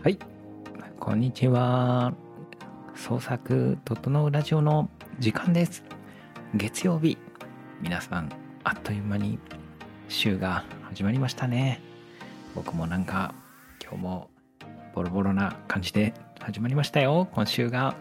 はい、こんにちは。創作整うラジオの時間です。月曜日、皆さんあっという間に週が始まりましたね。僕もなんか今日もボロボロな感じで始まりましたよ、今週が。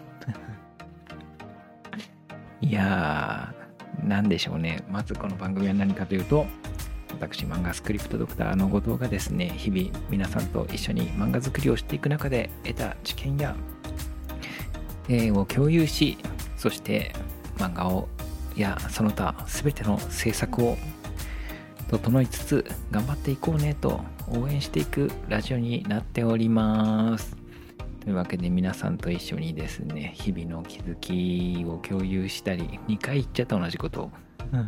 いやー、なんでしょうね。まずこの番組は何かというと、私漫画スクリプトドクターの後藤がですね、日々皆さんと一緒に漫画作りをしていく中で得た知見やを共有し、そして漫画をやその他全ての制作を整いつつ頑張っていこうねと応援していくラジオになっております。というわけで皆さんと一緒にですね、日々の気づきを共有したり、2回言っちゃった同じことを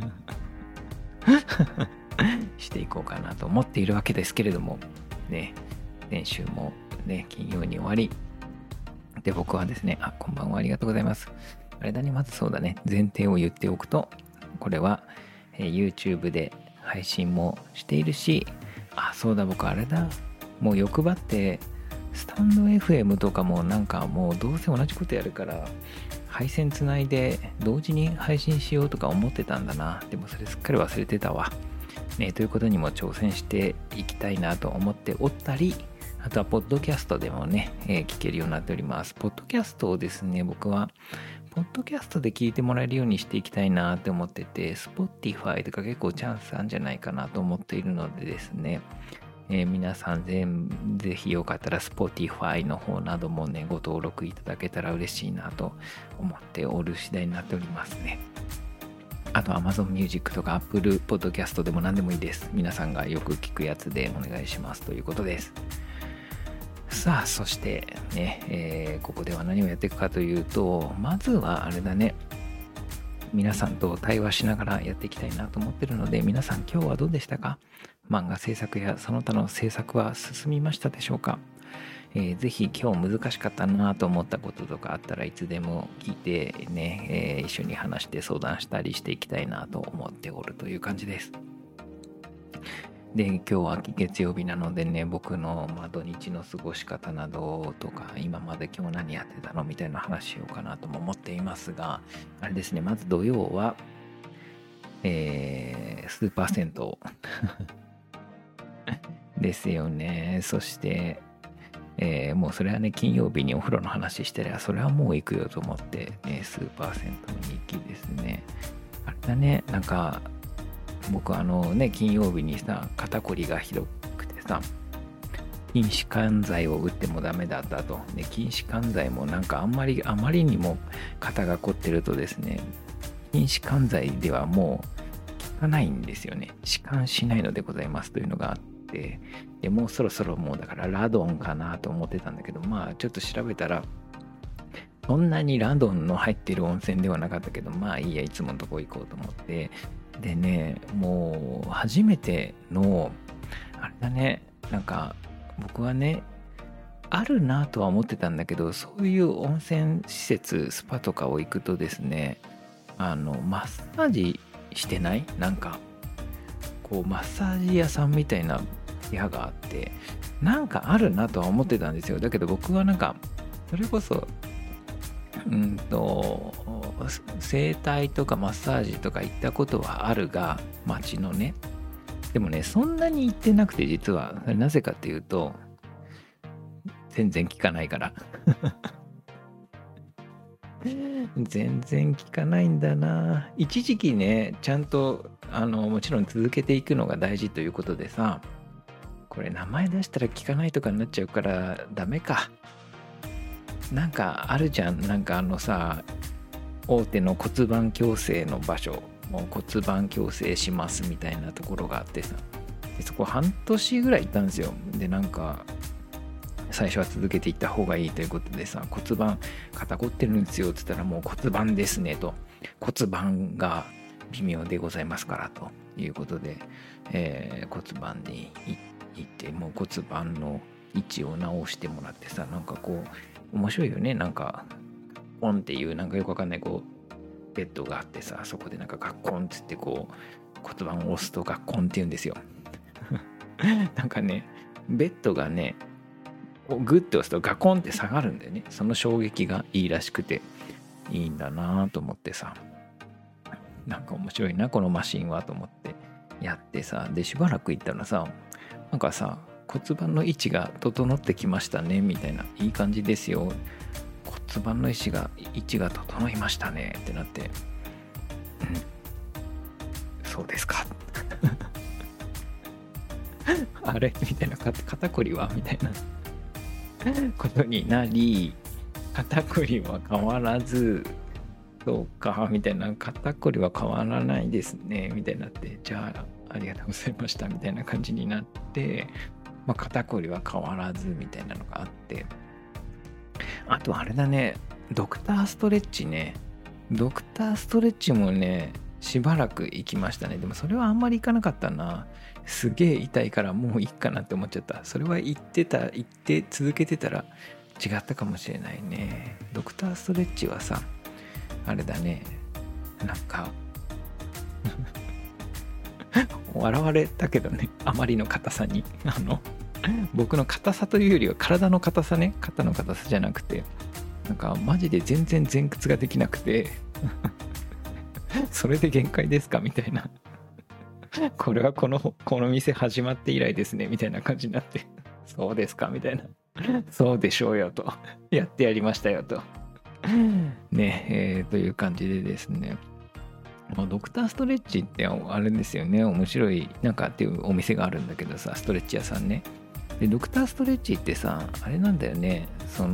していこうかなと思っているわけですけれどもね、先週もね金曜に終わりで、僕はですね、こんばんは、ありがとうございます。あれだね、まずそうだね、前提を言っておくと、これは、YouTube で配信もしているし、そうだ、僕あれだ、もう欲張って、スタンド FM とかもなんかもうどうせ同じことやるから、配線つないで同時に配信しようとか思ってたんだな。でもそれすっかり忘れてたわ。ね、ということにも挑戦していきたいなと思っておったり、あとはポッドキャストでもね、聞けるようになっております。ポッドキャストをですね、僕はポッドキャストで聞いてもらえるようにしていきたいなって思ってて、Spotify とか結構チャンスあるんじゃないかなと思っているのでですね、皆さんぜひよかったら Spotify の方などもね、ご登録いただけたら嬉しいなと思っておる次第になっておりますね。あと Amazon Music とか Apple Podcast でも何でもいいです。皆さんがよく聞くやつでお願いしますということです。さあ、そしてね、ここでは何をやっていくかというと、まずはあれだね、皆さんと対話しながらやっていきたいなと思ってるので、皆さん今日はどうでしたか？漫画制作やその他の制作は進みましたでしょうか？ぜひ今日難しかったなと思ったこととかあったらいつでも聞いてね、一緒に話して相談したりしていきたいなと思っておるという感じです。で、今日は月曜日なのでね、僕の土日の過ごし方などとか、今まで今日何やってたのみたいな話しようかなとも思っていますが、あれですね、まず土曜は、スーパー銭湯ですよね。そして、もうそれはね、金曜日にお風呂の話してりゃ、それはもう行くよと思って、ね、スーパー銭湯に行きですね。あれだね、なんか、僕金曜日にさ、肩こりがひどくてさ、筋弛緩剤を打ってもダメだったと。で、筋弛緩剤もなんかあまりにも肩が凝ってるとですね、筋弛緩剤ではもう効かないんですよね。弛緩しないのでございますというのがあって、でもうそろそろもうだからラドンかなと思ってたんだけど、ちょっと調べたら、そんなにラドンの入ってる温泉ではなかったけど、いいや、いつものとこ行こうと思って、でね、もう初めての、あれだね、なんか僕はね、あるなとは思ってたんだけど、そういう温泉施設、スパとかを行くとですね、マッサージしてない？なんか、こう、マッサージ屋さんみたいな部屋があって、なんかあるなとは思ってたんですよ。だけど僕はなんか、それこそ、整体とかマッサージとか行ったことはあるが、街のね。でもね、そんなに行ってなくて、実は。なぜかっていうと、全然効かないから。全然効かないんだな。一時期ね、ちゃんと、もちろん続けていくのが大事ということでさ、これ名前出したら効かないとかになっちゃうからダメか。なんかあるじゃん。なんかさ、大手の骨盤矯正の場所、もう骨盤矯正しますみたいなところがあってさ、でそこ半年ぐらい行ったんですよ。で、なんか、最初は続けていった方がいいということでさ、骨盤肩凝ってるんですよって言ったら、もう骨盤ですねと、骨盤が微妙でございますからということで、骨盤に行って、もう骨盤の位置を直してもらってさ、なんかこう面白いよね。なんかポンっていうなんかよくわかんないこうベッドがあってさ、そこでなんかガッコンっつってこう骨盤を押すとガッコンって言うんですよ。なんかね、ベッドがね、 グッて押すとガコンって下がるんだよね。その衝撃がいいらしくていいんだなと思ってさ、なんか面白いなこのマシンはと思ってやってさ、でしばらく行ったらさ、なんかさ、骨盤の位置が整ってきましたねみたいな、いい感じですよ、骨盤の位置が整いましたねってなって、そうですかあれみたいな、肩こりはみたいなことになり、肩こりは変わらず、そうかみたいな、肩こりは変わらないですねみたいになって、じゃあありがとうございましたみたいな感じになって、肩こりは変わらずみたいなのがあって、あとあれだね、ドクターストレッチね。ドクターストレッチもね、しばらく行きましたね。でもそれはあんまり行かなかったな。すげえ痛いからもういいかなって思っちゃった。それは行って続けてたら違ったかもしれないね。ドクターストレッチはさ、あれだね、なんか笑われたけどね、あまりの硬さに。僕の硬さというよりは体の硬さね、肩の硬さじゃなくて、なんかマジで全然前屈ができなくてそれで限界ですかみたいなこれはこの店始まって以来ですねみたいな感じになって、そうですかみたいな、そうでしょうよとやってやりましたよとね、という感じでですね、ドクターストレッチってあれですよね、面白いなんかっていうお店があるんだけどさ、ストレッチ屋さんね。でドクターストレッチってさ、あれなんだよね、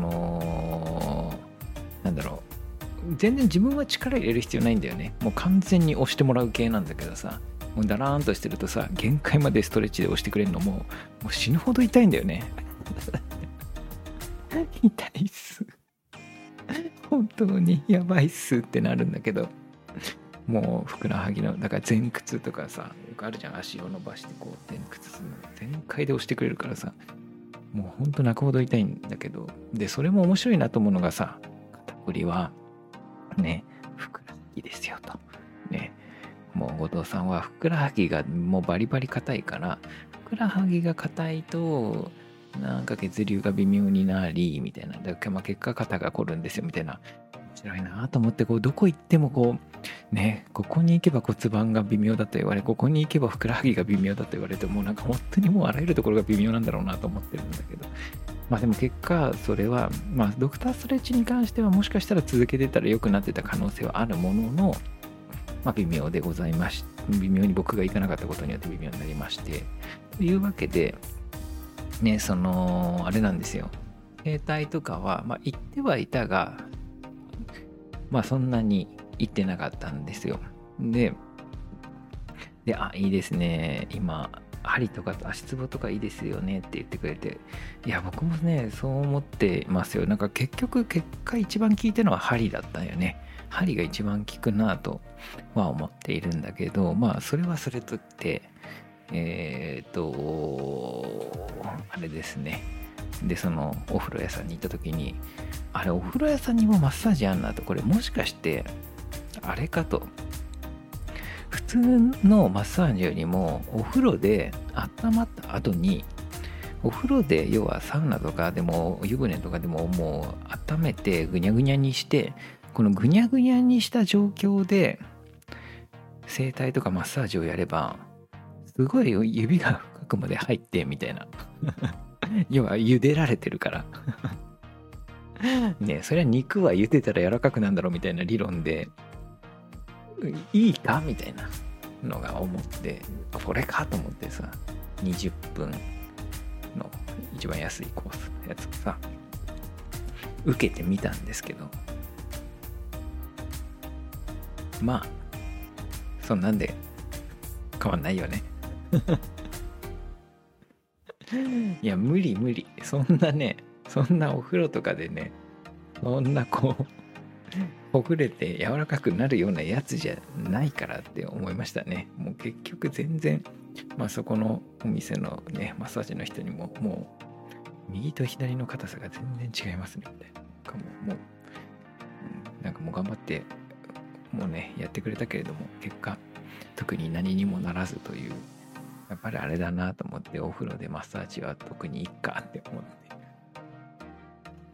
なんだろう、全然自分は力入れる必要ないんだよね。もう完全に押してもらう系なんだけどさ、もうだらーんとしてるとさ、限界までストレッチで押してくれるのもう死ぬほど痛いんだよね痛いっす本当にやばいっすってなるんだけど、もうふくらはぎのだから前屈とかさ、よくあるじゃん、足を伸ばしてこう前屈するの全開で押してくれるからさ、もうほんと泣くほど痛いんだけど、でそれも面白いなと思うのがさ、肩こりはね、ふくらはぎですよとね。もう後藤さんはふくらはぎがもうバリバリ硬いから、ふくらはぎが硬いとなんか血流が微妙になりみたいな、だから結果肩が凝るんですよみたいな、面白いなと思って、こうどこ行ってもこうね、ここに行けば骨盤が微妙だと言われ、ここに行けばふくらはぎが微妙だと言われて、もうなんか本当にもうあらゆるところが微妙なんだろうなと思ってるんだけど、でも結果それはドクターストレッチに関してはもしかしたら続けてたら良くなってた可能性はあるものの、微妙でございまし、微妙に僕が行かなかったことによって微妙になりまして、というわけでね、あれなんですよ、整体とかは行ってはいたが、そんなに行ってなかったんですよ。でいいですね、今針とか足つぼとかいいですよねって言ってくれて、いや僕もねそう思ってますよ。なんか結果一番効いてるのは針だったよね。針が一番効くなとは思っているんだけど、それはそれとってあれですね。でお風呂屋さんに行った時に、あれお風呂屋さんにもマッサージあんなと、これもしかしてあれかと、普通のマッサージよりもお風呂で温まった後に、お風呂で要はサウナとかでも湯船とかでももう温めてぐにゃぐにゃにして、このぐにゃぐにゃにした状況で整体とかマッサージをやればすごい指が深くまで入ってみたいな要は茹でられてるからね、そりゃ肉は茹でたら柔らかくなんだろうみたいな理論でいいかみたいなのが思って、これかと思ってさ、20分の一番安いコースのやつをさ受けてみたんですけど、そんなんで変わんないよねいや無理、そんなお風呂とかでね、そんなほぐれて柔らかくなるようなやつじゃないからって思いましたね。もう結局全然そこのお店のねマッサージの人にも、もう右と左の硬さが全然違いますねみたいな、なんかもう頑張ってもうねやってくれたけれども、結果特に何にもならずという、やっぱりあれだなと思って、お風呂でマッサージは特にいいかって思って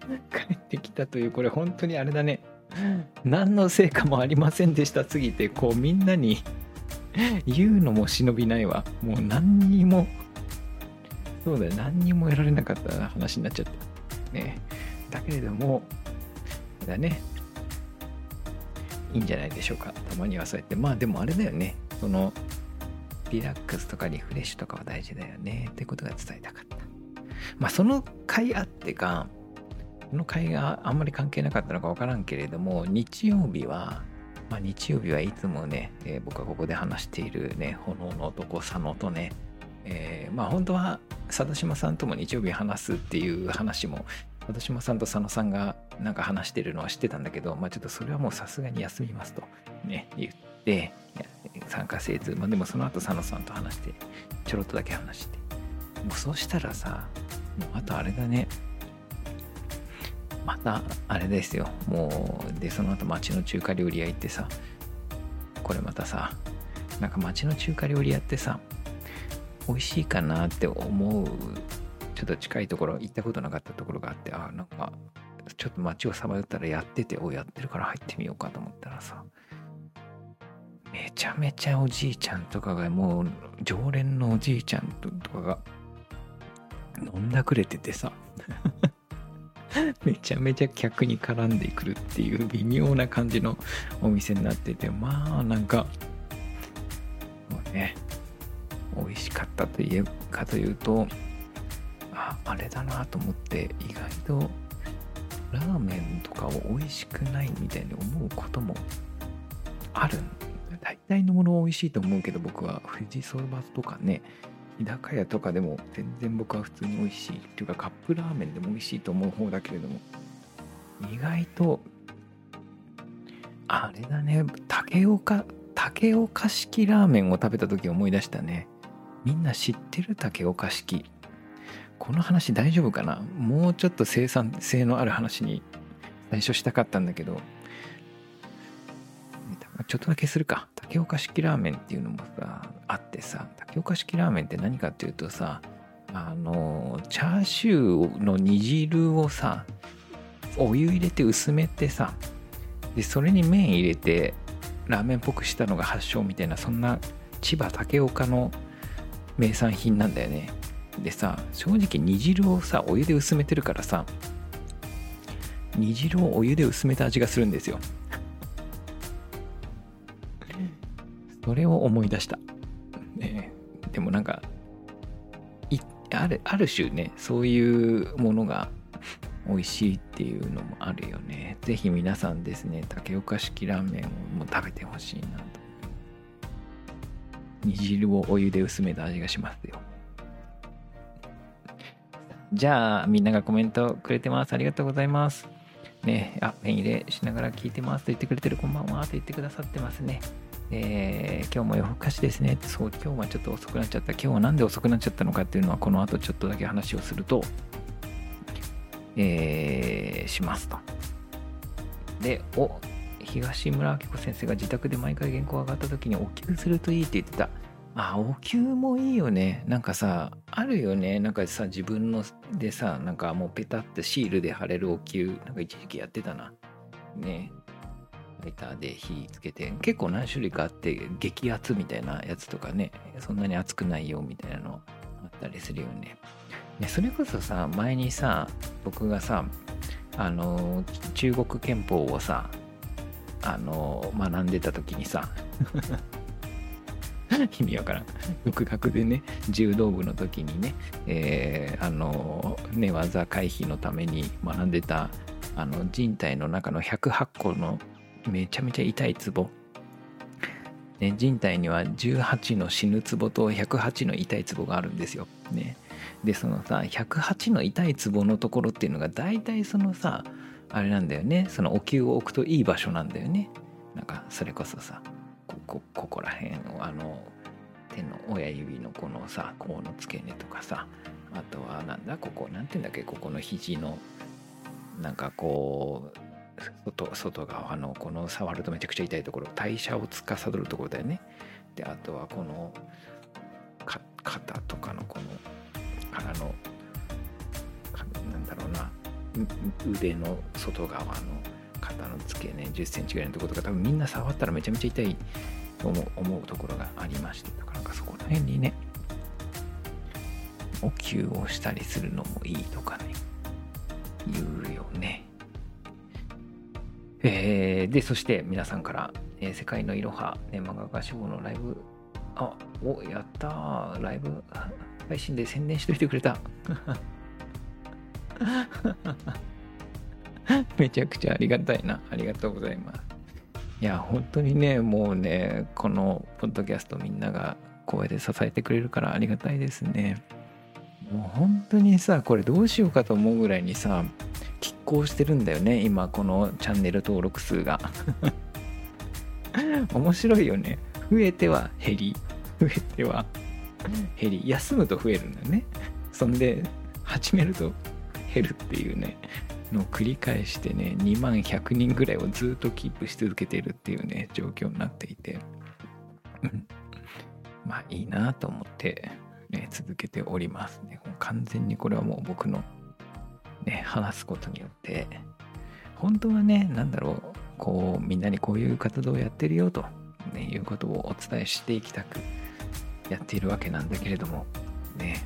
帰ってきたという、これ本当にあれだね。何の成果もありませんでしたすぎて、こうみんなに言うのも忍びないわ。もう何にも、そうだよ、何にも得られなかった話になっちゃった。ね。だけれども、だね。いいんじゃないでしょうか。たまにはそうやって。まあでもあれだよね。その、リラックスとかリフレッシュとかは大事だよね。ってことが伝えたかった。まあその回あってか、この回があんまり関係なかったのかわからんけれども、日曜日はいつもね、僕がここで話しているね、炎の男佐野とね、まあ本当は佐渡島さんとも日曜日話すっていう話も、佐渡島さんと佐野さんがなんか話してるのは知ってたんだけど、まあちょっとそれはもうさすがに休みますとね、言って、参加せず、まあでもその後佐野さんと話して、ちょろっとだけ話して。もうそうしたらさ、もうあとあれだね、またあれですよ。もう、で、その後町の中華料理屋行ってさ、これまたさ、なんか町の中華料理屋ってさ、美味しいかなって思う、ちょっと近いところ、行ったことなかったところがあって、あ、なんか、ちょっと街をさまよったらやってて、やってるから入ってみようかと思ったらさ、めちゃめちゃおじいちゃんとかが、もう常連のおじいちゃんとかが飲んだくれててさ、めちゃめちゃ客に絡んでくるっていう微妙な感じのお店になってて、まあなんか、もうね、美味しかったというかというと、あれだなと思って、意外とラーメンとかを美味しくないみたいに思うこともある。大体のもの美味しいと思うけど、僕は富士そばとかね、日高屋とかでも全然僕は普通に美味しいっていうか、カップラーメンでも美味しいと思う方だけれども、意外とあれだね、竹岡式ラーメンを食べた時思い出したね。みんな知ってる竹岡式。この話大丈夫かな。もうちょっと生産性のある話に最初したかったんだけど、ちょっとだけするか。竹岡式ラーメンっていうのもさ、あってさ、竹岡式ラーメンって何かっていうとさ、チャーシューの煮汁をさ、お湯入れて薄めてさ、で、それに麺入れて、ラーメンっぽくしたのが発祥みたいな、そんな千葉竹岡の名産品なんだよね。でさ、正直煮汁をさ、お湯で薄めてるからさ、煮汁をお湯で薄めた味がするんですよ。それを思い出した。でもなんか、ある種ね、そういうものが美味しいっていうのもあるよね。ぜひ皆さんですね、竹岡式ラーメンをも食べてほしいなと。煮汁をお湯で薄めた味がしますよ。じゃあ、みんながコメントくれてます。ありがとうございます。ね、ペン入れしながら聞いてますと言ってくれてる、こんばんはと言ってくださってますね。今日も夜更かしですね。そう、今日はちょっと遅くなっちゃった。今日はなんで遅くなっちゃったのかっていうのは、この後ちょっとだけ話をすると、しますと。で、東村明子先生が自宅で毎回原稿上がった時にお灸するといいって言ってた。お灸もいいよね。なんかさ、あるよね。なんかさ、自分のでさ、なんかもうペタってシールで貼れるお灸、なんか一時期やってたな。ね。ライターで火つけて、結構何種類かあって、激圧みたいなやつとかね、そんなに熱くないよみたいなのあったりするよね。ね、それこそさ、前にさ、僕がさ、中国憲法をさ、学んでた時にさ、意味わからん。独学でね、柔道部の時にね、寝技回避のために学んでた、人体の中の108個のめちゃめちゃ痛いツボ。ね、人体には18の死ぬツボと108の痛いツボがあるんですよ。ね。で、そのさ、108の痛いツボのところっていうのが大体そのさ、あれなんだよね。そのお灸を置くといい場所なんだよね。なんか、それこそさ、ここら辺を手の親指のこのさ、甲の付け根とかさ、あとはなんだ、ここ、なんていうんだっけ、ここの肘の、なんかこう、外側のこの触るとめちゃくちゃ痛いところ、代謝を司るところだよね。で、あとはこの肩とかのこの腹のなんだろうな、 腕の外側の肩の付けね10センチぐらいのところとか多分みんな触ったらめちゃめちゃ痛いと思うところがありまして、だからなんかそこら辺にねお灸をしたりするのもいいとかね言うよね。でそして皆さんから、世界のいろは、漫画家志望のライブやったー、ライブ配信で宣伝しといてくれためちゃくちゃありがたいな。ありがとうございます。いや本当にね、もうねこのポッドキャストみんなが声で支えてくれるからありがたいですね。もう本当にさ、これどうしようかと思うぐらいにさ拮抗してるんだよね今このチャンネル登録数が面白いよね。増えては減り、増えては減り、休むと増えるんだよね。そんで始めると減るっていうねのを繰り返してね、2万100人ぐらいをずっとキープし続けているっていうね状況になっていてまあいいなと思って、ね、続けておりますね。完全にこれはもう僕のね話すことによって本当はね、なんだろう、こうみんなにこういう活動をやってるよと、ね、いうことをお伝えしていきたくやっているわけなんだけれどもね、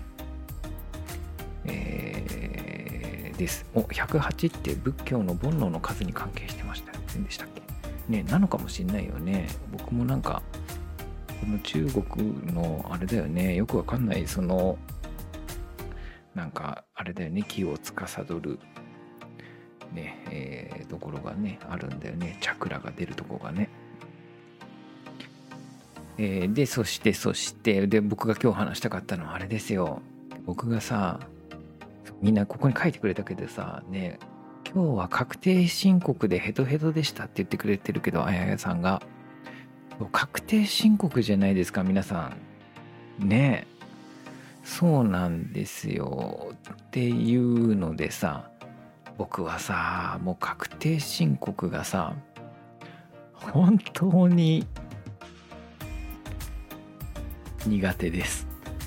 です。108って仏教の煩悩の数に関係してましたよねでしたっけね。なのかもしんないよね。僕もなんかこの中国のあれだよね、よくわかんないそのなんかあれだよね、気を司るね、ところがねあるんだよね、チャクラが出るところがね。でそしてで僕が今日話したかったのはあれですよ。僕がさ、みんなここに書いてくれたけどさね、今日は確定申告でヘトヘトでしたって言ってくれてるけど、あややさんが確定申告じゃないですか皆さんね。そうなんですよっていうのでさ、僕はさもう確定申告がさ本当に苦手です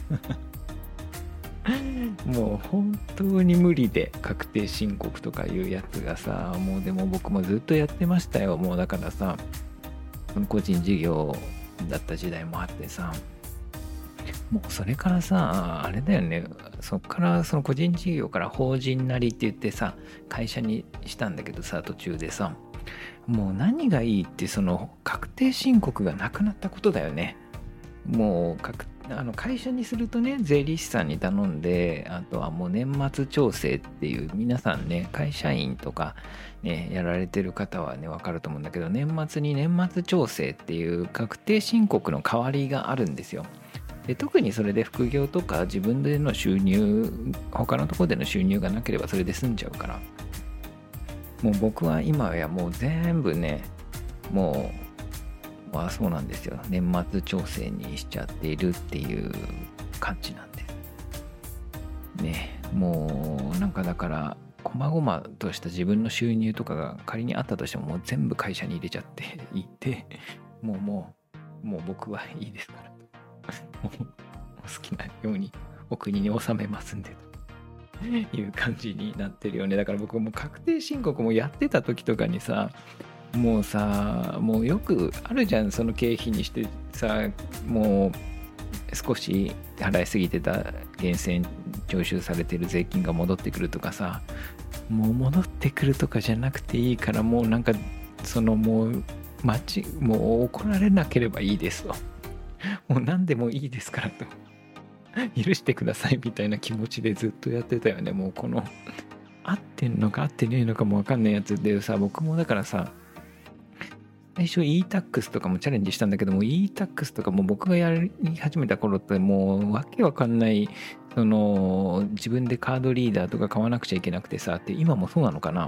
もう本当に無理で、確定申告とかいうやつがさ、もうでも僕もずっとやってましたよ。もうだからさ、個人事業だった時代もあってさ、もうそれからさあれだよね、そっからその個人事業から法人なりって言ってさ会社にしたんだけどさ、途中でさもう何がいいってその確定申告がなくなったことだよね。もう会社にするとね、税理士さんに頼んで、あとはもう年末調整っていう、皆さんね会社員とかねやられてる方はね分かると思うんだけど、年末に年末調整っていう確定申告の代わりがあるんですよ。で特にそれで副業とか自分での収入、他のところでの収入がなければそれで済んじゃうから、もう僕は今やもう全部ね、もうそうなんですよ、年末調整にしちゃっているっていう感じなんですね。もうなんかだから細々とした自分の収入とかが仮にあったとしてももう全部会社に入れちゃっていて、もう僕はいいですからもう好きなようにお国に納めますんでという感じになってるよね。だから僕も確定申告もやってた時とかにさ、もうさ、もうよくあるじゃん、その経費にしてさ、もう少し払いすぎてた源泉徴収されてる税金が戻ってくるとかさ、もう戻ってくるとかじゃなくていいから、もうなんかそのもうもう怒られなければいいですともう何でもいいですからと許してくださいみたいな気持ちでずっとやってたよね。もうこの合ってんのか合ってねえのかも分かんないやつでさ、僕もだからさ最初 e-tax とかもチャレンジしたんだけども、 e-tax とかも僕がやり始めた頃ってもうわけわかんない、その自分でカードリーダーとか買わなくちゃいけなくてさ、って今もそうなのかな、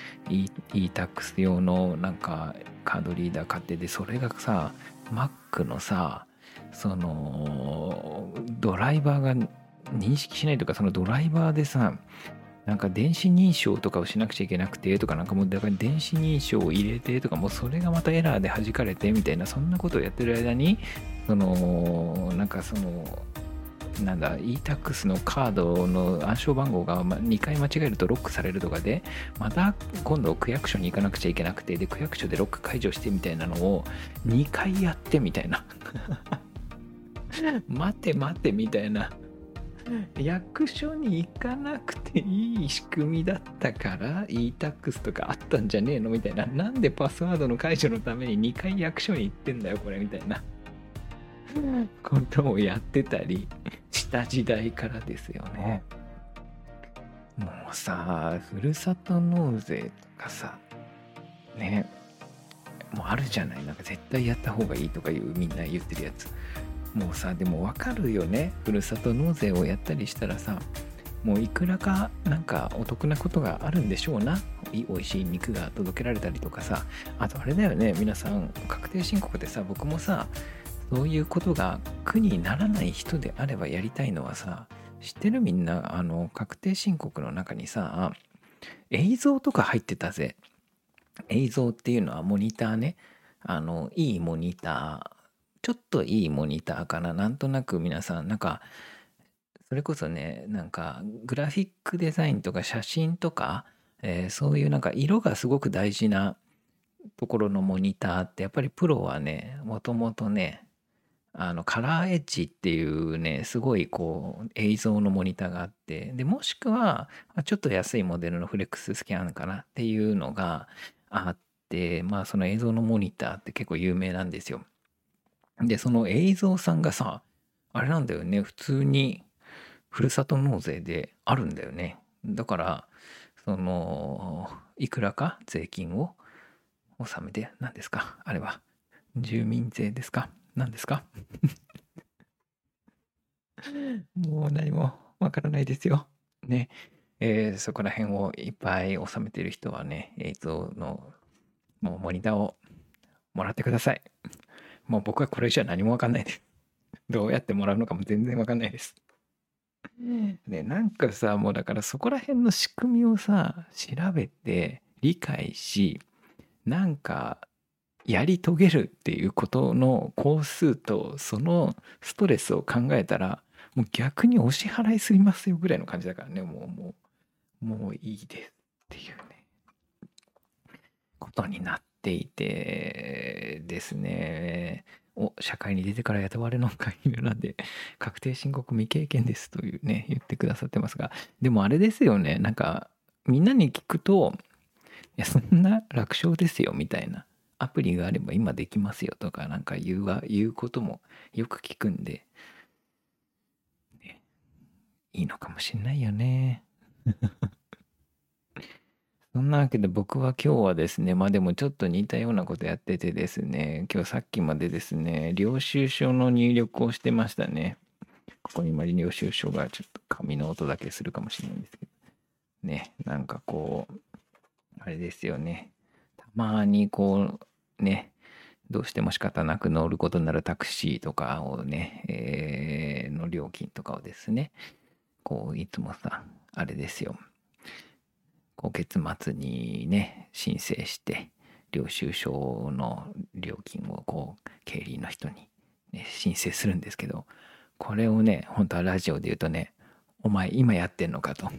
e-tax 用のなんかカードリーダー買って、でそれがさ Mac のさそのドライバーが認識しないとか、そのドライバーでさなんか電子認証とかをしなくちゃいけなくてとか、なんかもうだから電子認証を入れてとか、もうそれがまたエラーで弾かれてみたいな、そんなことをやってる間にそのなんかそのなんだ e-tax のカードの暗証番号が2回間違えるとロックされるとかで、また今度区役所に行かなくちゃいけなくて、で区役所でロック解除してみたいなのを2回やってみたいな待て待てみたいな、役所に行かなくていい仕組みだったから e-tax とかあったんじゃねえのみたいな、なんでパスワードの解除のために2回役所に行ってんだよこれみたいなことをやってたりした時代からですよね。もうさ、ふるさと納税とかさね、もうあるじゃない、なんか絶対やった方がいいとかいうみんな言ってるやつ。もうさ、でもわかるよね、ふるさと納税をやったりしたらさ、もういくらかなんかお得なことがあるんでしょうな。美味しい肉が届けられたりとかさ、あとあれだよね、皆さん確定申告でさ、僕もさ、そういうことが苦にならない人であればやりたいのはさ、知ってるみんな、確定申告の中にさ、映像とか入ってたぜ。映像っていうのはモニターね。いいモニター、ちょっといいモニターかな。なんとなく皆さん、なんか、それこそね、なんか、グラフィックデザインとか写真とか、そういうなんか色がすごく大事なところのモニターって、やっぱりプロはね、もともとね、カラーエッジっていうね、すごいこう映像のモニターがあって、で、もしくは、ちょっと安いモデルのフレックススキャンかなっていうのがあって、まあその映像のモニターって結構有名なんですよ。で、その映像さんがさ、あれなんだよね、普通にふるさと納税であるんだよね。だから、いくらか税金を納めて、何ですかあれは。住民税ですか何ですかもう何もわからないですよ。ね。そこら辺をいっぱい収めてる人はね、映像のもうモニターをもらってください。もう僕はこれじゃ何もわかんないです。どうやってもらうのかも全然わかんないです。ね、なんかさ、もうだからそこら辺の仕組みをさ、調べて理解し、なんかやり遂げるっていうことの工数とそのストレスを考えたら、もう逆にお支払いすぎますよぐらいの感じだからね、もういいですっていうね、ことになっていてですね、社会に出てから雇われの会員なんで、確定申告未経験ですというね、言ってくださってますが、でもあれですよね、なんか、みんなに聞くと、いや、そんな楽勝ですよみたいな。アプリがあれば今できますよとかなんか言うこともよく聞くんで、ね、いいのかもしんないよね。そんなわけで僕は今日はですね、まあでもちょっと似たようなことやっててですね、今日さっきまでですね、領収書の入力をしてましたね。ここに今領収書がちょっと紙の音だけするかもしれないんですけど、ね、なんかこう、あれですよね。たまにこう、ね、どうしても仕方なく乗ることになるタクシーとかをね、の料金とかをですね、こういつもさ、あれですよ。こう月末にね、申請して、領収書の料金をこう、経理の人に、ね、申請するんですけど、これをね、本当はラジオで言うとね、お前今やってんのかと。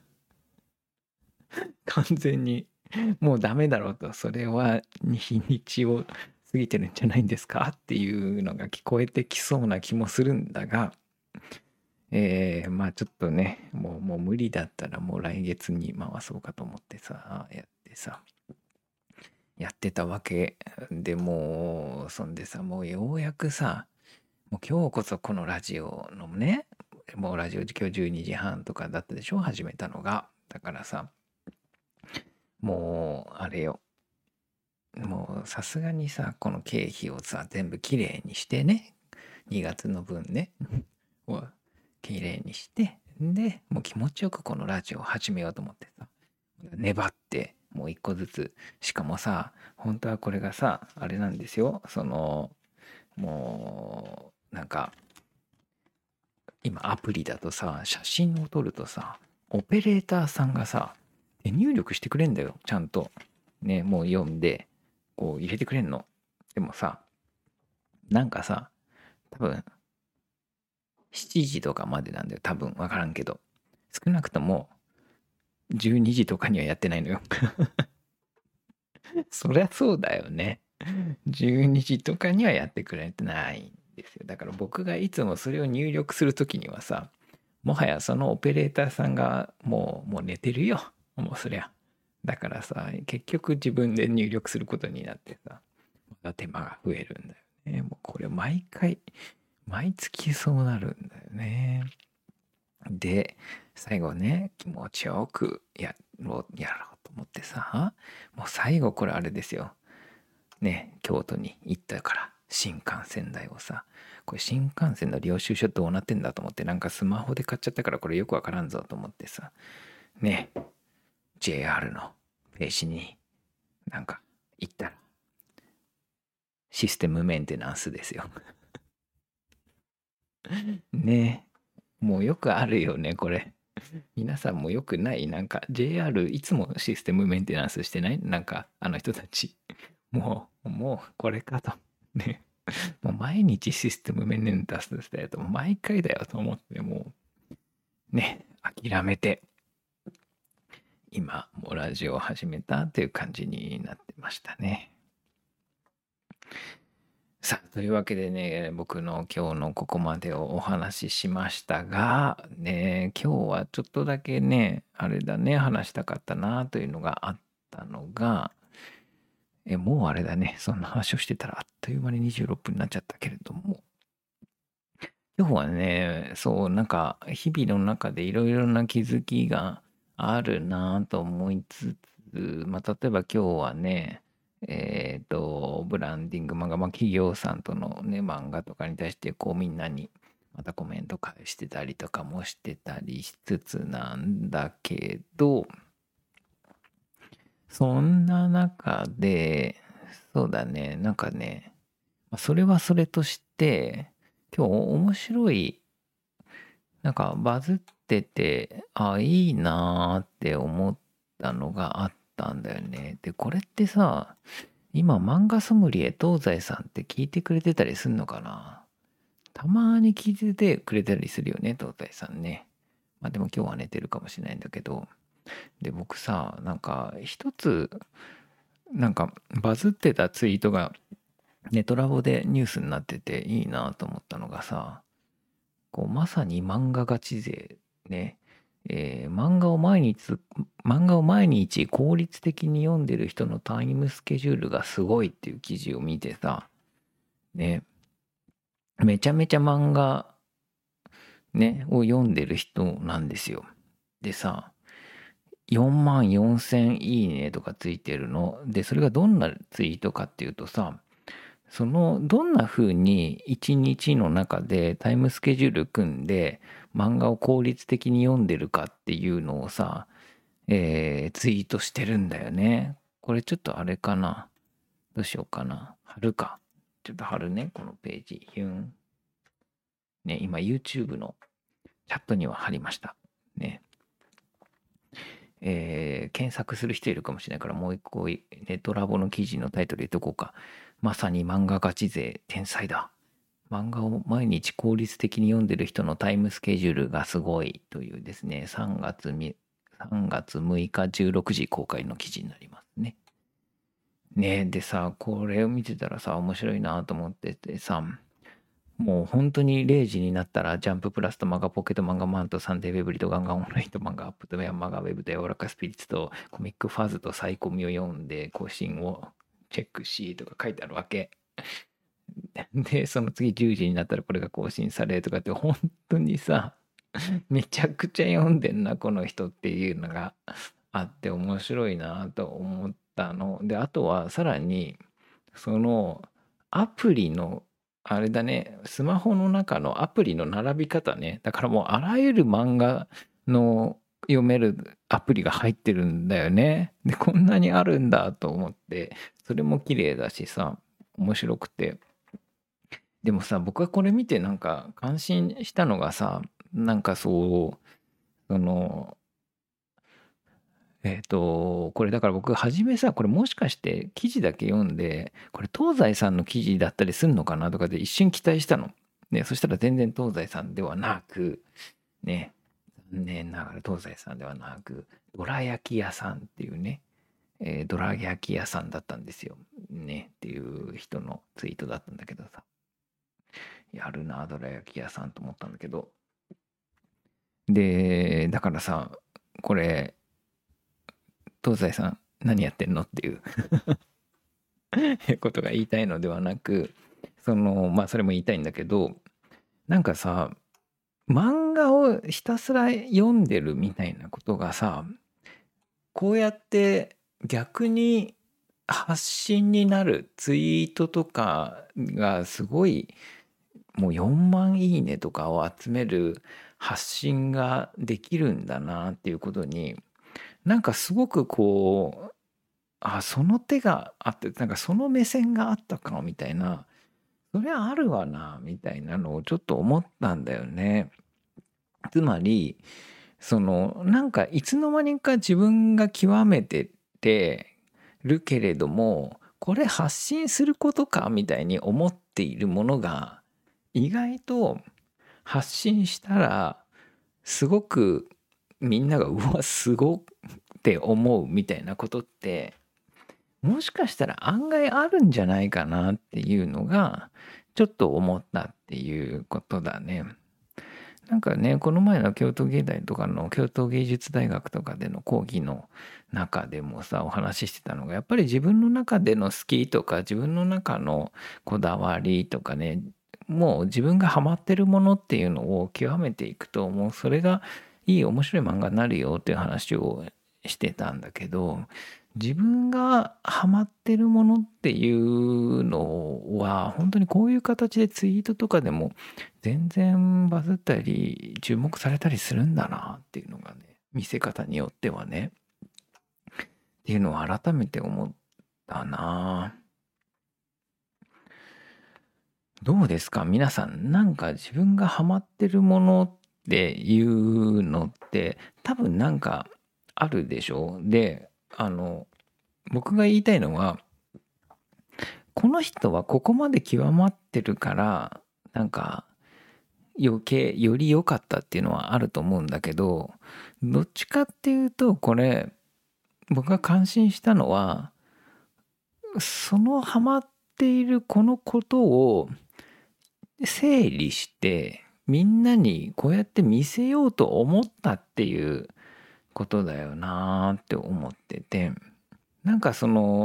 完全にもうダメだろうと、それは日にちを過ぎてるんじゃないんですかっていうのが聞こえてきそうな気もするんだが、まあちょっとね、もう無理だったらもう来月に回そうかと思ってさ、やってたわけで、もう、そんでさ、もうようやくさ、もう今日こそこのラジオのね、もうラジオ今日12時半とかだったでしょ始めたのが。だからさ、もう、あれよ。もうさすがにさ、この経費をさ、全部きれいにしてね、2月の分ね、をきれいにして、で、もう気持ちよくこのラジオを始めようと思ってさ、粘って、もう一個ずつ、しかもさ、本当はこれがさ、あれなんですよ、もう、なんか、今アプリだとさ、写真を撮るとさ、オペレーターさんがさ、手入力してくれんだよ、ちゃんと。ね、もう読んで、こう入れてくれんの。でもさ、なんかさ、多分、 7時とかまでなんだよ。多分わからんけど。少なくとも12時とかにはやってないのよ。そりゃそうだよね。12時とかにはやってくれてないんですよ。だから僕がいつもそれを入力するときにはさ、もはやそのオペレーターさんがもう寝てるよ。もうそりゃ。だからさ、結局自分で入力することになってさ、また手間が増えるんだよね。もうこれ毎回、毎月そうなるんだよね。で、最後ね、気持ちよくやろうと思ってさ、もう最後これあれですよ。ね、京都に行ったから新幹線代をさ、これ新幹線の領収書どうなってんだと思って、なんかスマホで買っちゃったからこれよくわからんぞと思ってさ、ね、JR のページになんか行ったら、システムメンテナンスですよ。ね、もうよくあるよね、これ。皆さんもよくない？なんか JR いつもシステムメンテナンスしてない？なんかあの人たち。もうこれかと。ね。もう毎日システムメンテナンスだよと、毎回だよと思って、もうね、諦めて、今、もうラジオを始めたっていう感じになってましたね。さあ、というわけでね、僕の今日のここまでをお話ししましたが、ね、今日はちょっとだけね、あれだね、話したかったなというのがあったのが、もうあれだね、そんな話をしてたらあっという間に26分になっちゃったけれども、今日はね、そう、なんか日々の中でいろいろな気づきがあるなと思いつつ、まあ、例えば今日はね、ブランディング漫画、まあ、企業さんとのね、漫画とかに対してこうみんなにまたコメント返してたりとかもしてたりしつつなんだけど、そんな中で、そうだね、なんかね、それはそれとして、今日面白い、なんかバズってて、あ、いいなーって思ったのがあったんだよね。で、これってさ、今漫画ソムリエ東西さんって聞いてくれてたりすんのかな？たまに聞いててくれたりするよね、東西さんね。まあでも今日は寝てるかもしれないんだけど。で、僕さ、なんか一つ、なんかバズってたツイートがネトラボでニュースになってていいなと思ったのがさ、こうまさに漫画ガチ勢ね、漫画を毎日効率的に読んでる人のタイムスケジュールがすごいっていう記事を見てさ、ね、めちゃめちゃ漫画ね、を読んでる人なんですよ。でさ、4万4000いいねとかついてるの。で、それがどんなツイートかっていうとさ、どんな風に一日の中でタイムスケジュール組んで漫画を効率的に読んでるかっていうのをさ、ツイートしてるんだよね。これちょっとあれかな。どうしようかな。貼るか。ちょっと貼るね、このページ。ね、今 YouTube のチャットには貼りました。ね。検索する人いるかもしれないからもう一個ネットラボの記事のタイトル言っとこうか。まさに漫画ガチ勢天才だ。漫画を毎日効率的に読んでる人のタイムスケジュールがすごいというですね、3月6日16時公開の記事になりますね。ねえ、でさ、これを見てたらさ、面白いなと思っててさ、もう本当に0時になったら、ジャンププラスとマガポケと漫画マンとサンデーウェブリとガンガンオンラインと漫画アップとマガウェブと柔らかスピリッツとコミックファズとサイコミを読んで更新をチェックしとか書いてあるわけ。で、その次10時になったらこれが更新されとかって本当にさ、めちゃくちゃ読んでんな、この人っていうのがあって面白いなと思ったの。で、あとはさらに、そのアプリの、あれだね、スマホの中のアプリの並び方ね。だからもうあらゆる漫画の読めるアプリが入ってるんだよね。で、こんなにあるんだと思って、それも綺麗だしさ、面白くて。でもさ、僕はこれ見てなんか感心したのがさ、なんかそう、その、これだから僕初めさ、これもしかして記事だけ読んで、これ東西さんの記事だったりすんのかなとかで一瞬期待したの。 ね、そしたら全然東西さんではなく、ね、残念ながら東西さんではなく、どら焼き屋さんっていうね、どら焼き屋さんだったんですよ。ね、っていう人のツイートだったんだけどさ、やるな、どら焼き屋さんと思ったんだけど、で、だからさ、これ、東西さん何やってんのっていうことが言いたいのではなく、まあそれも言いたいんだけど、なんかさ、漫画をひたすら読んでるみたいなことがさ、こうやって逆に発信になるツイートとかがすごい、もう4万いいねとかを集める発信ができるんだなっていうことに、なんかすごくこう、その手があって、なんかその目線があったかみたいな、それはあるわなみたいなのをちょっと思ったんだよね。つまり、なんかいつの間にか自分が極めててるけれども、これ発信することかみたいに思っているものが、意外と発信したら、すごくみんなが、うわ、すごって思うみたいなことって、もしかしたら案外あるんじゃないかなっていうのが、ちょっと思ったっていうことだね。なんかね、この前の京都芸大とかの京都芸術大学とかでの講義の中でもさ、お話ししてたのが、やっぱり自分の中での好きとか、自分の中のこだわりとかね、もう自分がハマってるものっていうのを極めていくと、もうそれがいい面白い漫画になるよっていう話をしてたんだけど、自分がハマってるものっていうのは、本当にこういう形でツイートとかでも全然バズったり注目されたりするんだなっていうのがね、見せ方によってはね、っていうのを改めて思ったな。どうですか皆さん、なんか自分がハマってるものっていうのって多分なんかあるでしょう。で、僕が言いたいのは、この人はここまで極まってるから、なんか余計より良かったっていうのはあると思うんだけど、どっちかっていうとこれ僕が感心したのは、そのハマっているこのことを整理してみんなにこうやって見せようと思ったっていうことだよなーって思ってて、なんか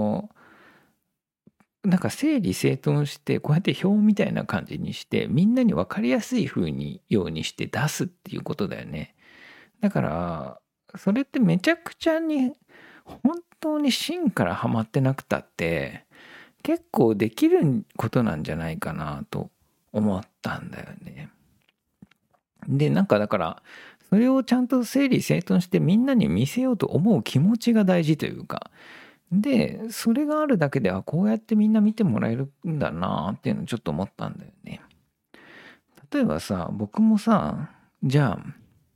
なんか整理整頓してこうやって表みたいな感じにしてみんなに分かりやすい風にようにして出すっていうことだよね。だからそれってめちゃくちゃに本当に芯からハマってなくたって結構できることなんじゃないかなと思ったんだよね。でなんかだからそれをちゃんと整理整頓してみんなに見せようと思う気持ちが大事というか、でそれがあるだけではこうやってみんな見てもらえるんだなっていうのをちょっと思ったんだよね。例えばさ、僕もさ、じゃあ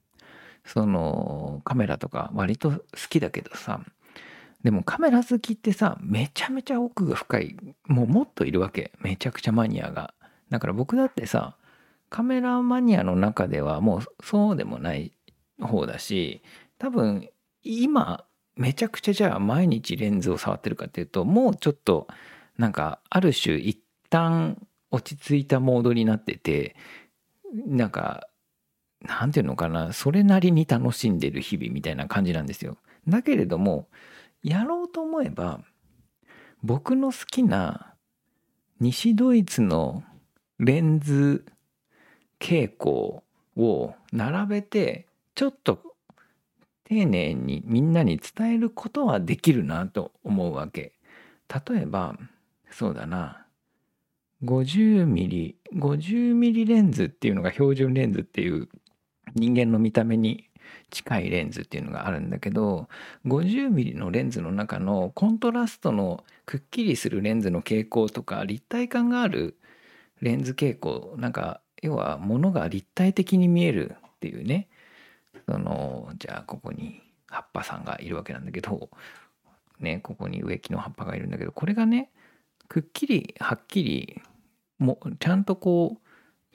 カメラとか割と好きだけどさ、でもカメラ好きってさ、めちゃめちゃ奥が深い、もっといるわけ。めちゃくちゃマニアが。だから僕だってさ、カメラマニアの中ではもうそうでもない方だし、多分今めちゃくちゃじゃあ毎日レンズを触ってるかっていうと、もうちょっとなんかある種一旦落ち着いたモードになってて、なんかなんていうのかな、それなりに楽しんでる日々みたいな感じなんですよ。だけれども、やろうと思えば、僕の好きな西ドイツのレンズ傾向を並べて、ちょっと丁寧にみんなに伝えることはできるなと思うわけ。例えば、そうだな、50ミリ、50ミリレンズっていうのが標準レンズっていう人間の見た目に近いレンズっていうのがあるんだけど、50ミリのレンズの中のコントラストのくっきりするレンズの傾向とか立体感があるレンズ傾向、なんか要は物が立体的に見えるっていうね、じゃあここに葉っぱさんがいるわけなんだけどね、ここに植木の葉っぱがいるんだけど、これがねくっきりはっきりもうちゃんとこう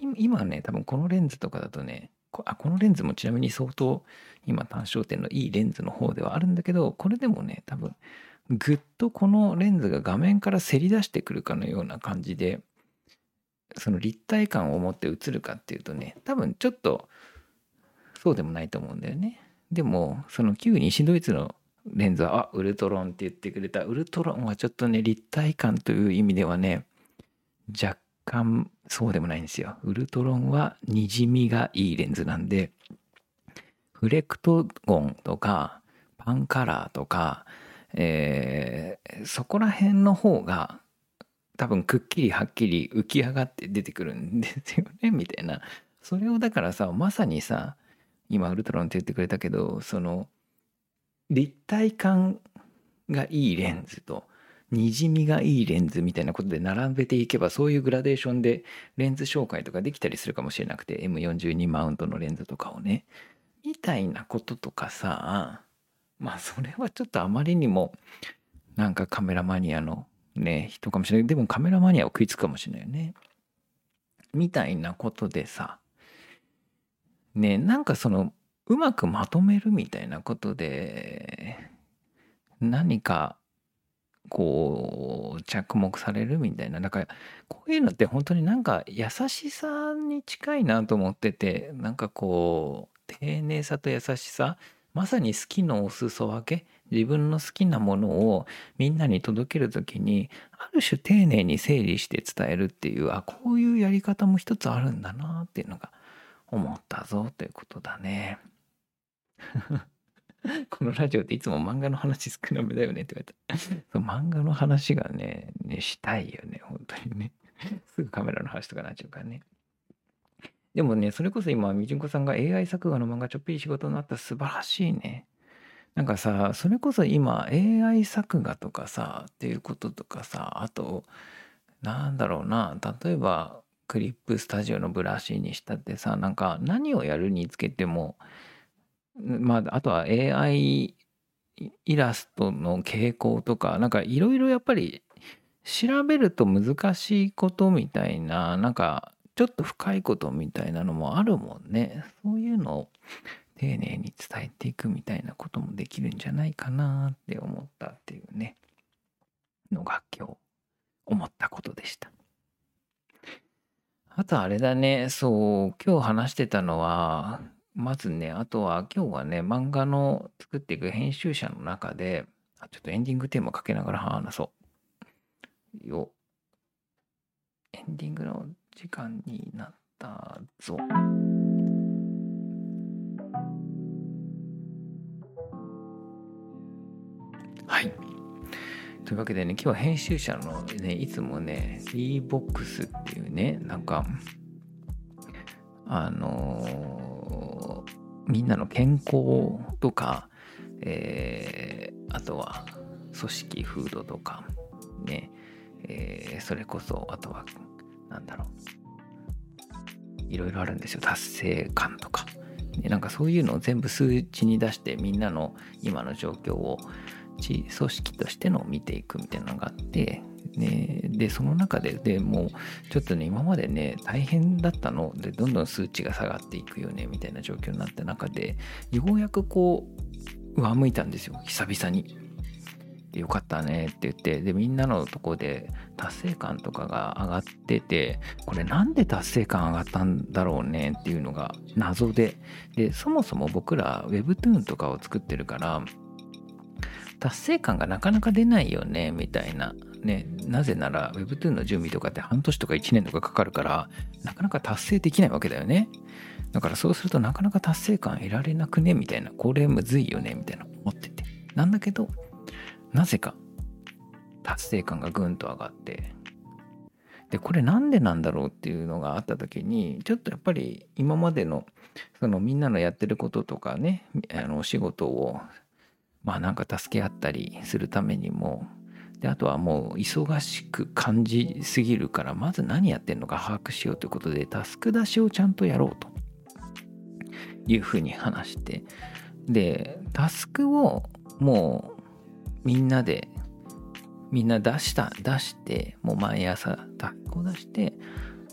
今ね、多分このレンズとかだとね、このレンズもちなみに相当今単焦点のいいレンズの方ではあるんだけど、これでもね、多分ぐっとこのレンズが画面からせり出してくるかのような感じで、その立体感を持って映るかっていうとね、多分ちょっとそうでもないと思うんだよね。でも、その旧西ドイツのレンズは、ウルトロンって言ってくれた。ウルトロンはちょっとね、立体感という意味ではね、若干そうでもないんですよ。ウルトロンはにじみがいいレンズなんで、フレクトゴンとかパンカラーとか、そこら辺の方が多分くっきりはっきり浮き上がって出てくるんですよねみたいな。それをだからさ、まさにさ、今ウルトロンって言ってくれたけど、その立体感がいいレンズとにじみがいいレンズみたいなことで並べていけば、そういうグラデーションでレンズ紹介とかできたりするかもしれなくて、 M42 マウントのレンズとかをね、みたいなこととかさ、まあそれはちょっとあまりにもなんかカメラマニアのね人かもしれない。でもカメラマニアを食いつくかもしれないよねみたいなことでさ、ね、なんかそのうまくまとめるみたいなことで何かこう着目されるみたいな、なんかこういうのって本当になんか優しさに近いなと思ってて、なんかこう丁寧さと優しさ、まさに好きのお裾分け、自分の好きなものをみんなに届けるときにある種丁寧に整理して伝えるっていう、こういうやり方も一つあるんだなっていうのが思ったぞということだね。このラジオっていつも漫画の話少なめだよねって言われた。そう漫画の話がね、したいよね、本当にね。すぐカメラの話とかなっちゃうからね。でもね、それこそ今、みじんこさんが AI 作画の漫画ちょっぴり仕事になった素晴らしいね。なんかさ、それこそ今 AI 作画とかさ、っていうこととかさ、あと、なんだろうな、例えばクリップスタジオのブラシにしたってさ、なんか何をやるにつけても、あとは AI イラストの傾向とか、なんかいろいろやっぱり調べると難しいことみたいな、なんかちょっと深いことみたいなのもあるもんね。そういうのを丁寧に伝えていくみたいなこともできるんじゃないかなって思ったっていうね、のが今日思ったことでした。あとあれだね、そう、今日話してたのは、まずね、あとは今日はね、漫画の作っていく編集者の中で、ちょっとエンディングテーマかけながら話そうよ。エンディングの時間になったぞ。はい。というわけでね、今日は編集者のね、いつもね、D-BOX っていうね、なんか、みんなの健康とか、あとは組織風土とか、ね、それこそ、あとは、なんだろう、いろいろあるんですよ。達成感とか。なんかそういうのを全部数値に出してみんなの今の状況を組織としての見ていくみたいなのがあって、ね、でその中でもうちょっとね今までね大変だったのでどんどん数値が下がっていくよねみたいな状況になった中でようやくこう上向いたんですよ久々に。よかったねって言って、でみんなのとこで達成感とかが上がってて、これなんで達成感上がったんだろうねっていうのが謎で、そもそも僕ら Webtoon とかを作ってるから達成感がなかなか出ないよねみたいなね。なぜなら Webtoon の準備とかって半年とか1年とかかかるからなかなか達成できないわけだよね。だからそうするとなかなか達成感得られなくねみたいな、これむずいよねみたいな思ってて、なんだけどなぜか達成感がぐんと上がって、でこれなんでなんだろうっていうのがあった時にちょっとやっぱり今までのそのみんなのやってることとかね、お仕事をなんか助け合ったりするためにも、であとはもう忙しく感じすぎるからまず何やってんのか把握しようということでタスク出しをちゃんとやろうというふうに話して、でタスクをもうみんな出してもう毎朝タスクを出して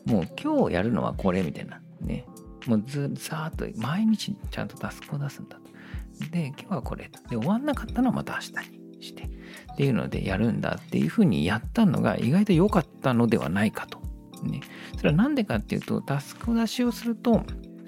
もう今日やるのはこれみたいなね。もうさーっと毎日ちゃんとタスクを出すんだと。で、今日はこれと。で、終わんなかったのはまた明日にして。っていうのでやるんだっていうふうにやったのが意外と良かったのではないかと。ね。それはなんでかっていうと、タスク出しをすると、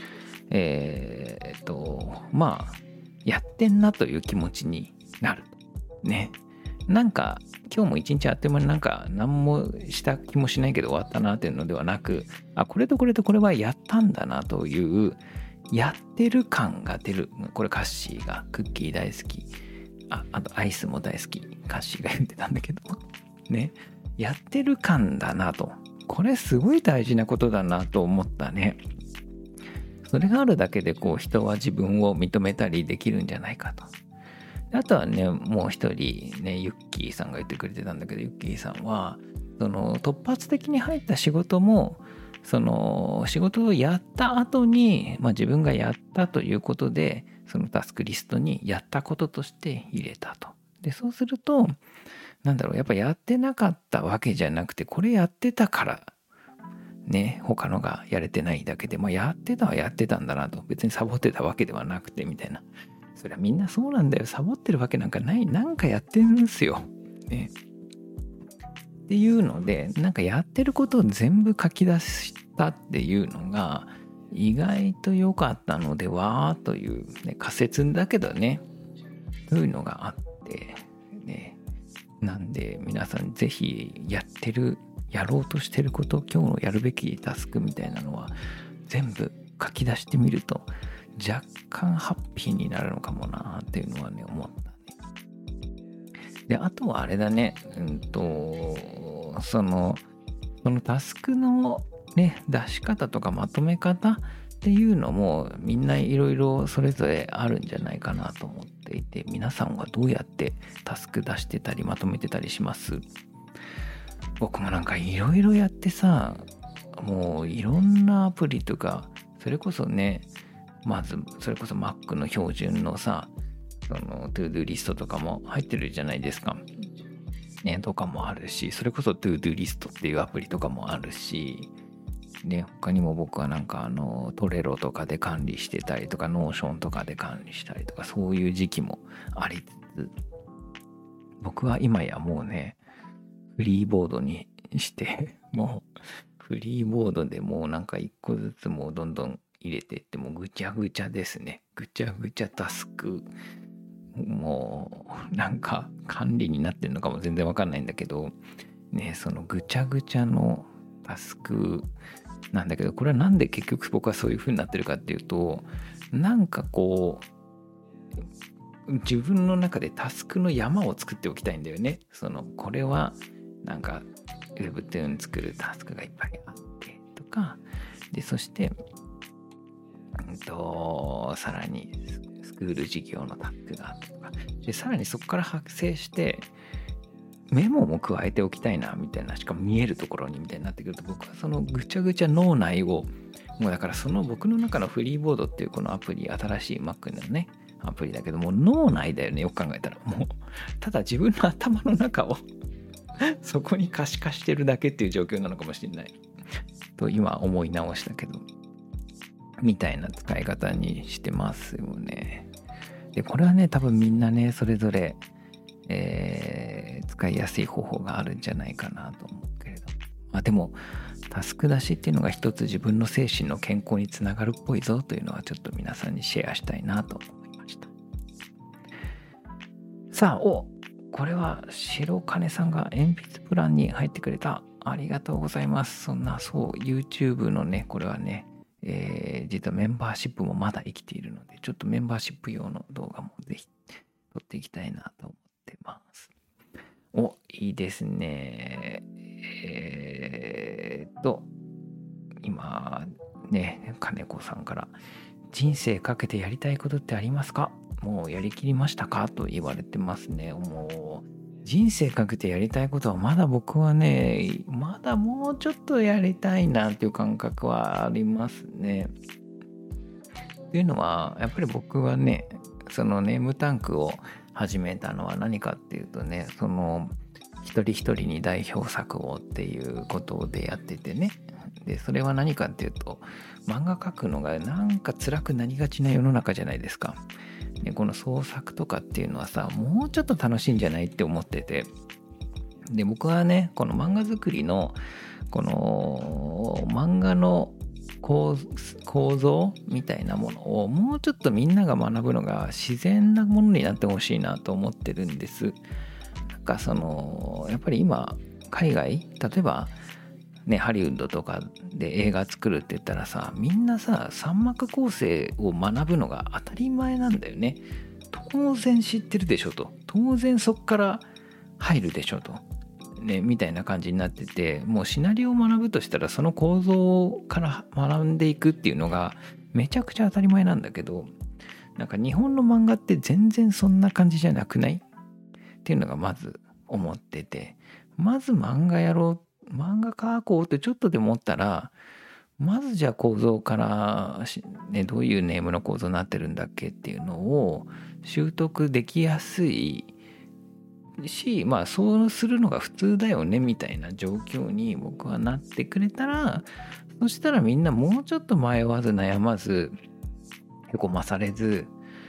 まあ、やってんなという気持ちになる。ね。なんか、今日も一日あっという間になんか何もした気もしないけど終わったなっていうのではなく、あ、これとこれとこれはやったんだなという、やってる感が出る。これカッシーがクッキー大好き。あとアイスも大好き。カッシーが言ってたんだけど。ね。やってる感だなと。これすごい大事なことだなと思ったね。それがあるだけで人は自分を認めたりできるんじゃないかと。あとはね、もう一人ね、ユッキーさんが言ってくれてたんだけど、ユッキーさんは、突発的に入った仕事も、仕事をやった後に、自分がやったということで、そのタスクリストにやったこととして入れたと。で、そうすると、やっぱやってなかったわけじゃなくて、これやってたから、ね、他のがやれてないだけで、やってたはやってたんだなと。別にサボってたわけではなくて、みたいな。そりゃみんなそうなんだよ。サボってるわけなんかない。なんかやってるんですよ。ね。っていうので、やってることを全部書き出したっていうのが、意外と良かったのではという、ね、仮説だけどね。そういうのがあって、ね。なんで皆さんぜひやろうとしてること、今日のやるべきタスクみたいなのは全部書き出してみると若干ハッピーになるのかもなっていうのはね思ったね。で、あとはあれだね、そのタスクのね出し方とかまとめ方っていうのもみんないろいろそれぞれあるんじゃないかなと思っていて、皆さんはどうやってタスク出してたりまとめてたりします？僕もいろいろやってさ、もういろんなアプリとか、それこそね、まずそれこそ Mac の標準のさ、トゥードゥリストとかも入ってるじゃないですか。ね、とかもあるし、それこそトゥードゥリストっていうアプリとかもあるし、ね、他にも僕はトレロとかで管理してたりとか、ノーションとかで管理したりとか、そういう時期もありつつ、僕は今やもうね、フリーボードにしてもうフリーボードでもう一個ずつもうどんどん入れていってもうぐちゃぐちゃですね。ぐちゃぐちゃタスク、もう管理になってるのかも全然わかんないんだけどね、そのぐちゃぐちゃのタスクなんだけど、これはなんで結局僕はそういう風になってるかっていうと、自分の中でタスクの山を作っておきたいんだよね。これはWebtoon 作るタスクがいっぱいあってとかで、そしてさらにスクール事業のタスクがあってとかで、さらにそこから派生してメモも加えておきたいなみたいな、しかも見えるところにみたいになってくると、僕はそのぐちゃぐちゃ脳内をもうだから僕の中のフリーボードっていうこのアプリ、新しい Mac のねアプリだけども脳内だよね、よく考えたら。もうただ自分の頭の中をそこに可視化してるだけっていう状況なのかもしれないと今思い直したけど、みたいな使い方にしてますよね。で、これはね多分みんなねそれぞれ、使いやすい方法があるんじゃないかなと思うけれど、でもタスク出しっていうのが一つ自分の精神の健康につながるっぽいぞというのはちょっと皆さんにシェアしたいなと思いました。さあ、これは白金さんが鉛筆プランに入ってくれた。ありがとうございます。YouTube のね、これはね、実はメンバーシップもまだ生きているので、ちょっとメンバーシップ用の動画もぜひ撮っていきたいなと思ってます。いいですね。今ね、金子さんから、人生かけてやりたいことってありますか？もうやりきりましたか？と言われてますね。もう人生かけてやりたいことはまだ僕はね、まだもうちょっとやりたいなっていう感覚はありますね。っていうのはやっぱり僕はね、そのネームタンクを始めたのは何かっていうとね、一人一人に代表作をっていうことでやっててね、 でそれは何かっていうと、漫画描くのがなんか辛くなりがちな世の中じゃないですか。でこの創作とかっていうのはさ、もうちょっと楽しいんじゃないって思ってて、で僕はね、この漫画作りのこの漫画の構造みたいなものをもうちょっとみんなが学ぶのが自然なものになってほしいなと思ってるんです。なんかやっぱり今海外、例えばね、ハリウッドとかで映画作るって言ったらさ、みんなさ3幕構成を学ぶのが当たり前なんだよね。当然知ってるでしょと、当然そっから入るでしょとね、みたいな感じになってて、もうシナリオを学ぶとしたらその構造から学んでいくっていうのがめちゃくちゃ当たり前なんだけど、なんか日本の漫画って全然そんな感じじゃなくないっていうのがまず思ってて、まず漫画描こうってちょっとでも思ったら、まずじゃあ構造から、ね、どういうネームの構造になってるんだっけっていうのを習得できやすいし、まあそうするのが普通だよねみたいな状況に僕はなってくれたら、そしたらみんなもうちょっと迷わず悩まずへこまされず、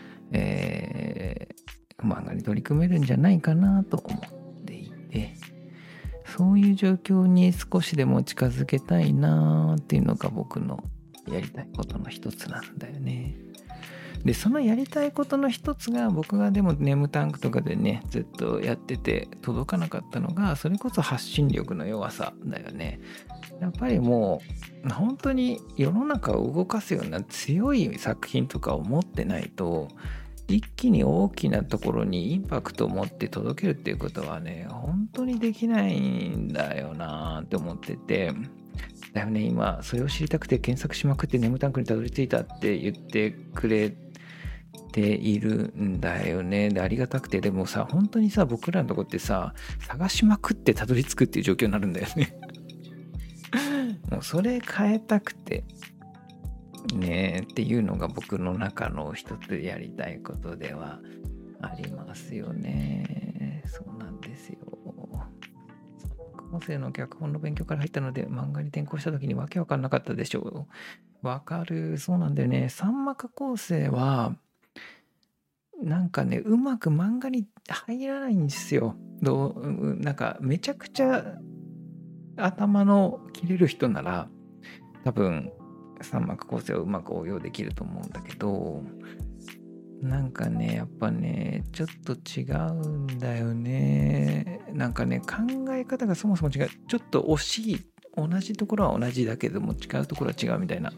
漫画に取り組めるんじゃないかなと思っていて、そういう状況に少しでも近づけたいなっていうのが僕のやりたいことの一つなんだよね。でそのやりたいことの一つが、僕がでもネームタンクとかでねずっとやってて届かなかったのが、それこそ発信力の弱さだよね。やっぱりもう本当に世の中を動かすような強い作品とかを持ってないと、一気に大きなところにインパクトを持って届けるっていうことはね、本当にできないんだよなって思ってて、だよね。今それを知りたくて検索しまくってネームタンクにたどり着いたって言ってくれているんだよね。でありがたくて、でもさ本当にさ、僕らのとこってさ探しまくってたどり着くっていう状況になるんだよね。もうそれ変えたくてねっていうのが僕の中の一つやりたいことではありますよね。そうなんですよ。音声の脚本の勉強から入ったので漫画に転校した時にわけわかんなかったでしょう。わかる。そうなんだよね。三幕構成はなんかね、うまく漫画に入らないんですよ。なんかめちゃくちゃ頭の切れる人なら多分三幕構成をうまく応用できると思うんだけど、なんかねやっぱねちょっと違うんだよね。なんかね考え方がそもそも違う。ちょっと惜しい、同じところは同じだけども違うところは違うみたいな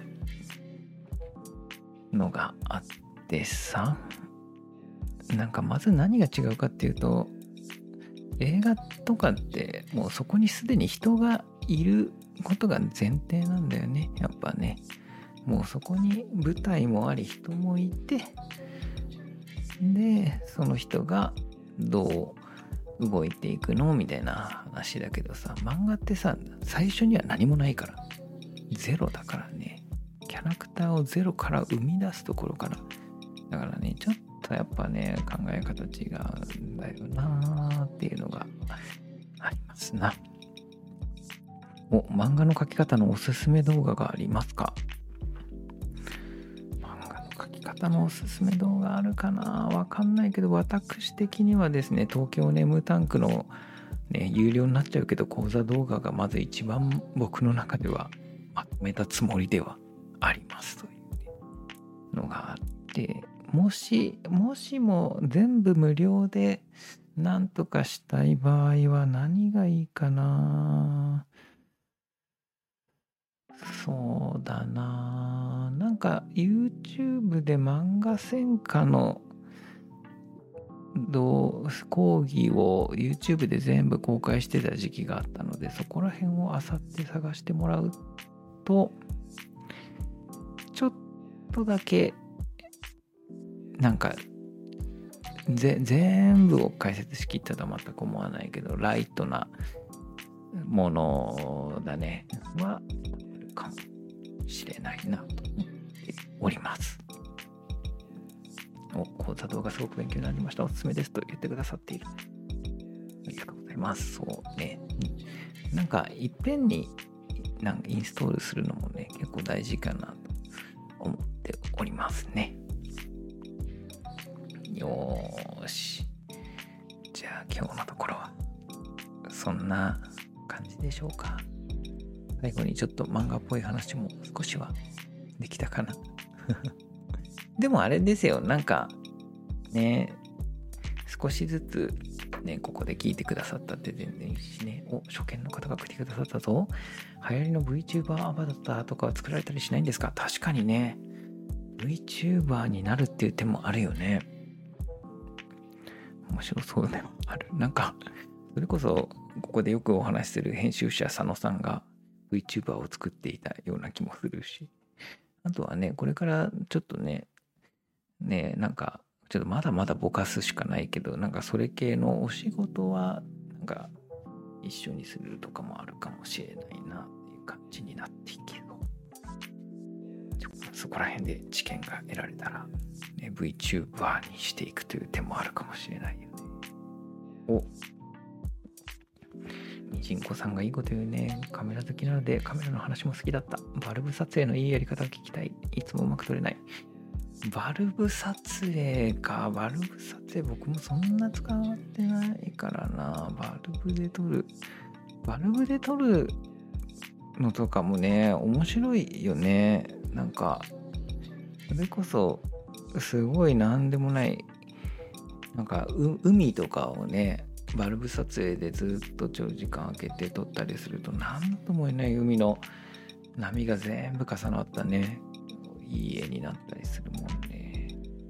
のがあってさ、なんかまず何が違うかっていうと、映画とかってもうそこにすでに人がいることが前提なんだよね。やっぱね、もうそこに舞台もあり人もいて、でその人がどう動いていくのみたいな話だけどさ、漫画ってさ最初には何もないから、ゼロだからね。キャラクターをゼロから生み出すところから、だからねちょっとやっぱね考え方違うんだよなーっていうのがありますな。漫画の描き方のおすすめ動画がありますか？漫画の描き方のおすすめ動画あるかな？わかんないけど、私的にはですね、東京ネームタンクのね有料になっちゃうけど講座動画がまず一番僕の中ではまとめたつもりではありますというのがあって、もしも全部無料でなんとかしたい場合は何がいいかな。そうだな、なんか YouTube で漫画専科の講義を YouTube で全部公開してた時期があったので、そこら辺を漁って探してもらうとちょっとだけなんか全部を解説しきったとは全く思わないけど、ライトなものだねはあるかもしれないなと思っております。講座動画すごく勉強になりました。おすすめですと言ってくださっている。ありがとうございます。そうね。なんかいっぺんになんかインストールするのもね、結構大事かなと思っておりますね。よーし。じゃあ今日のところはそんな感じでしょうか。最後にちょっと漫画っぽい話も少しはできたかな。でもあれですよ、なんかね、少しずつね、ここで聞いてくださったって全然いいしね。初見の方が来てくださったぞ。流行りの VTuber アバターとかは作られたりしないんですか？確かにね、VTuber になるっていう手もあるよね。面白そうでもある。なんか、それこそ、ここでよくお話しする編集者佐野さんが VTuber を作っていたような気もするし。あとはね、これからちょっとね、なんか、ちょっとまだまだぼかすしかないけど、なんかそれ系のお仕事は、なんか一緒にするとかもあるかもしれないなっていう感じになっていけど、そこら辺で知見が得られたら、ね、VTuber にしていくという手もあるかもしれないよね。みじんこさんがいいこと言うね。カメラ好きなのでカメラの話も好きだった。バルブ撮影のいいやり方を聞きたい。いつもうまく撮れない。バルブ撮影か。バルブ撮影僕もそんな使ってないからな。バルブで撮るのとかもね、面白いよね。なんか、それこそ、すごいなんでもない、なんか、海とかをね、バルブ撮影でずっと長時間空けて撮ったりすると、なんとも言えない海の波が全部重なったね、いい絵になったりするもんね。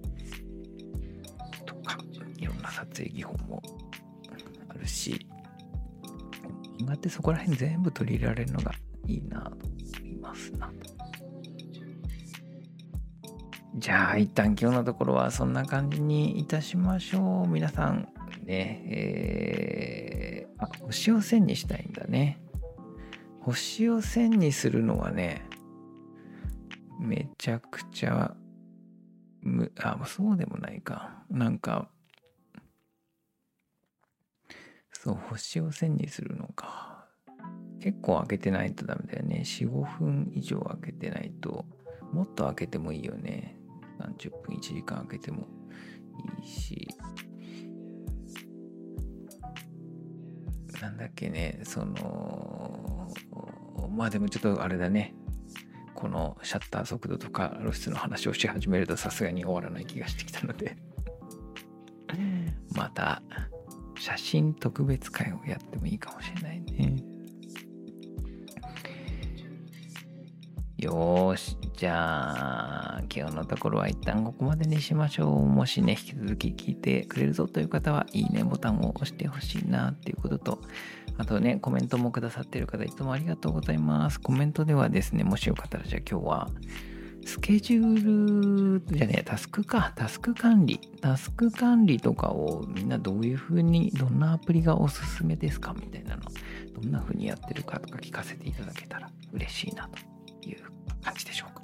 とか、いろんな撮影技法もあるし、漫画ってそこら辺全部取り入れられるのがいいなと思いますなと。じゃあ一旦今日のところはそんな感じにいたしましょう。皆さんね、星を線にしたいんだね。星を線にするのはね、めちゃくちゃそうでもないか。なんかそう、星を線にするのか。結構開けてないとダメだよね。4、5分以上開けてないと、もっと開けてもいいよね。30分、1時間開けてもいいし。なんだっけね、まあでもちょっとあれだね。このシャッター速度とか露出の話をし始めるとさすがに終わらない気がしてきたのでまた写真特別会をやってもいいかもしれないね。よーし、じゃあ今日のところは一旦ここまでにしましょう。もしね引き続き聞いてくれるぞという方はいいねボタンを押してほしいなっていうことと、あとねコメントもくださっている方いつもありがとうございます。コメントではですね、もしよかったらじゃあ今日はスケジュールじゃねえ、タスク管理とかをみんなどういう風に、どんなアプリがおすすめですかみたいなの、どんな風にやってるかとか聞かせていただけたら嬉しいなという感じでしょうか。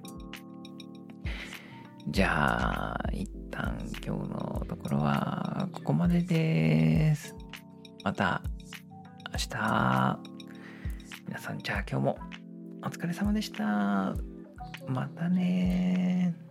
じゃあ一旦今日のところはここまでです。また明日。皆さんじゃあ今日もお疲れ様でした。またね。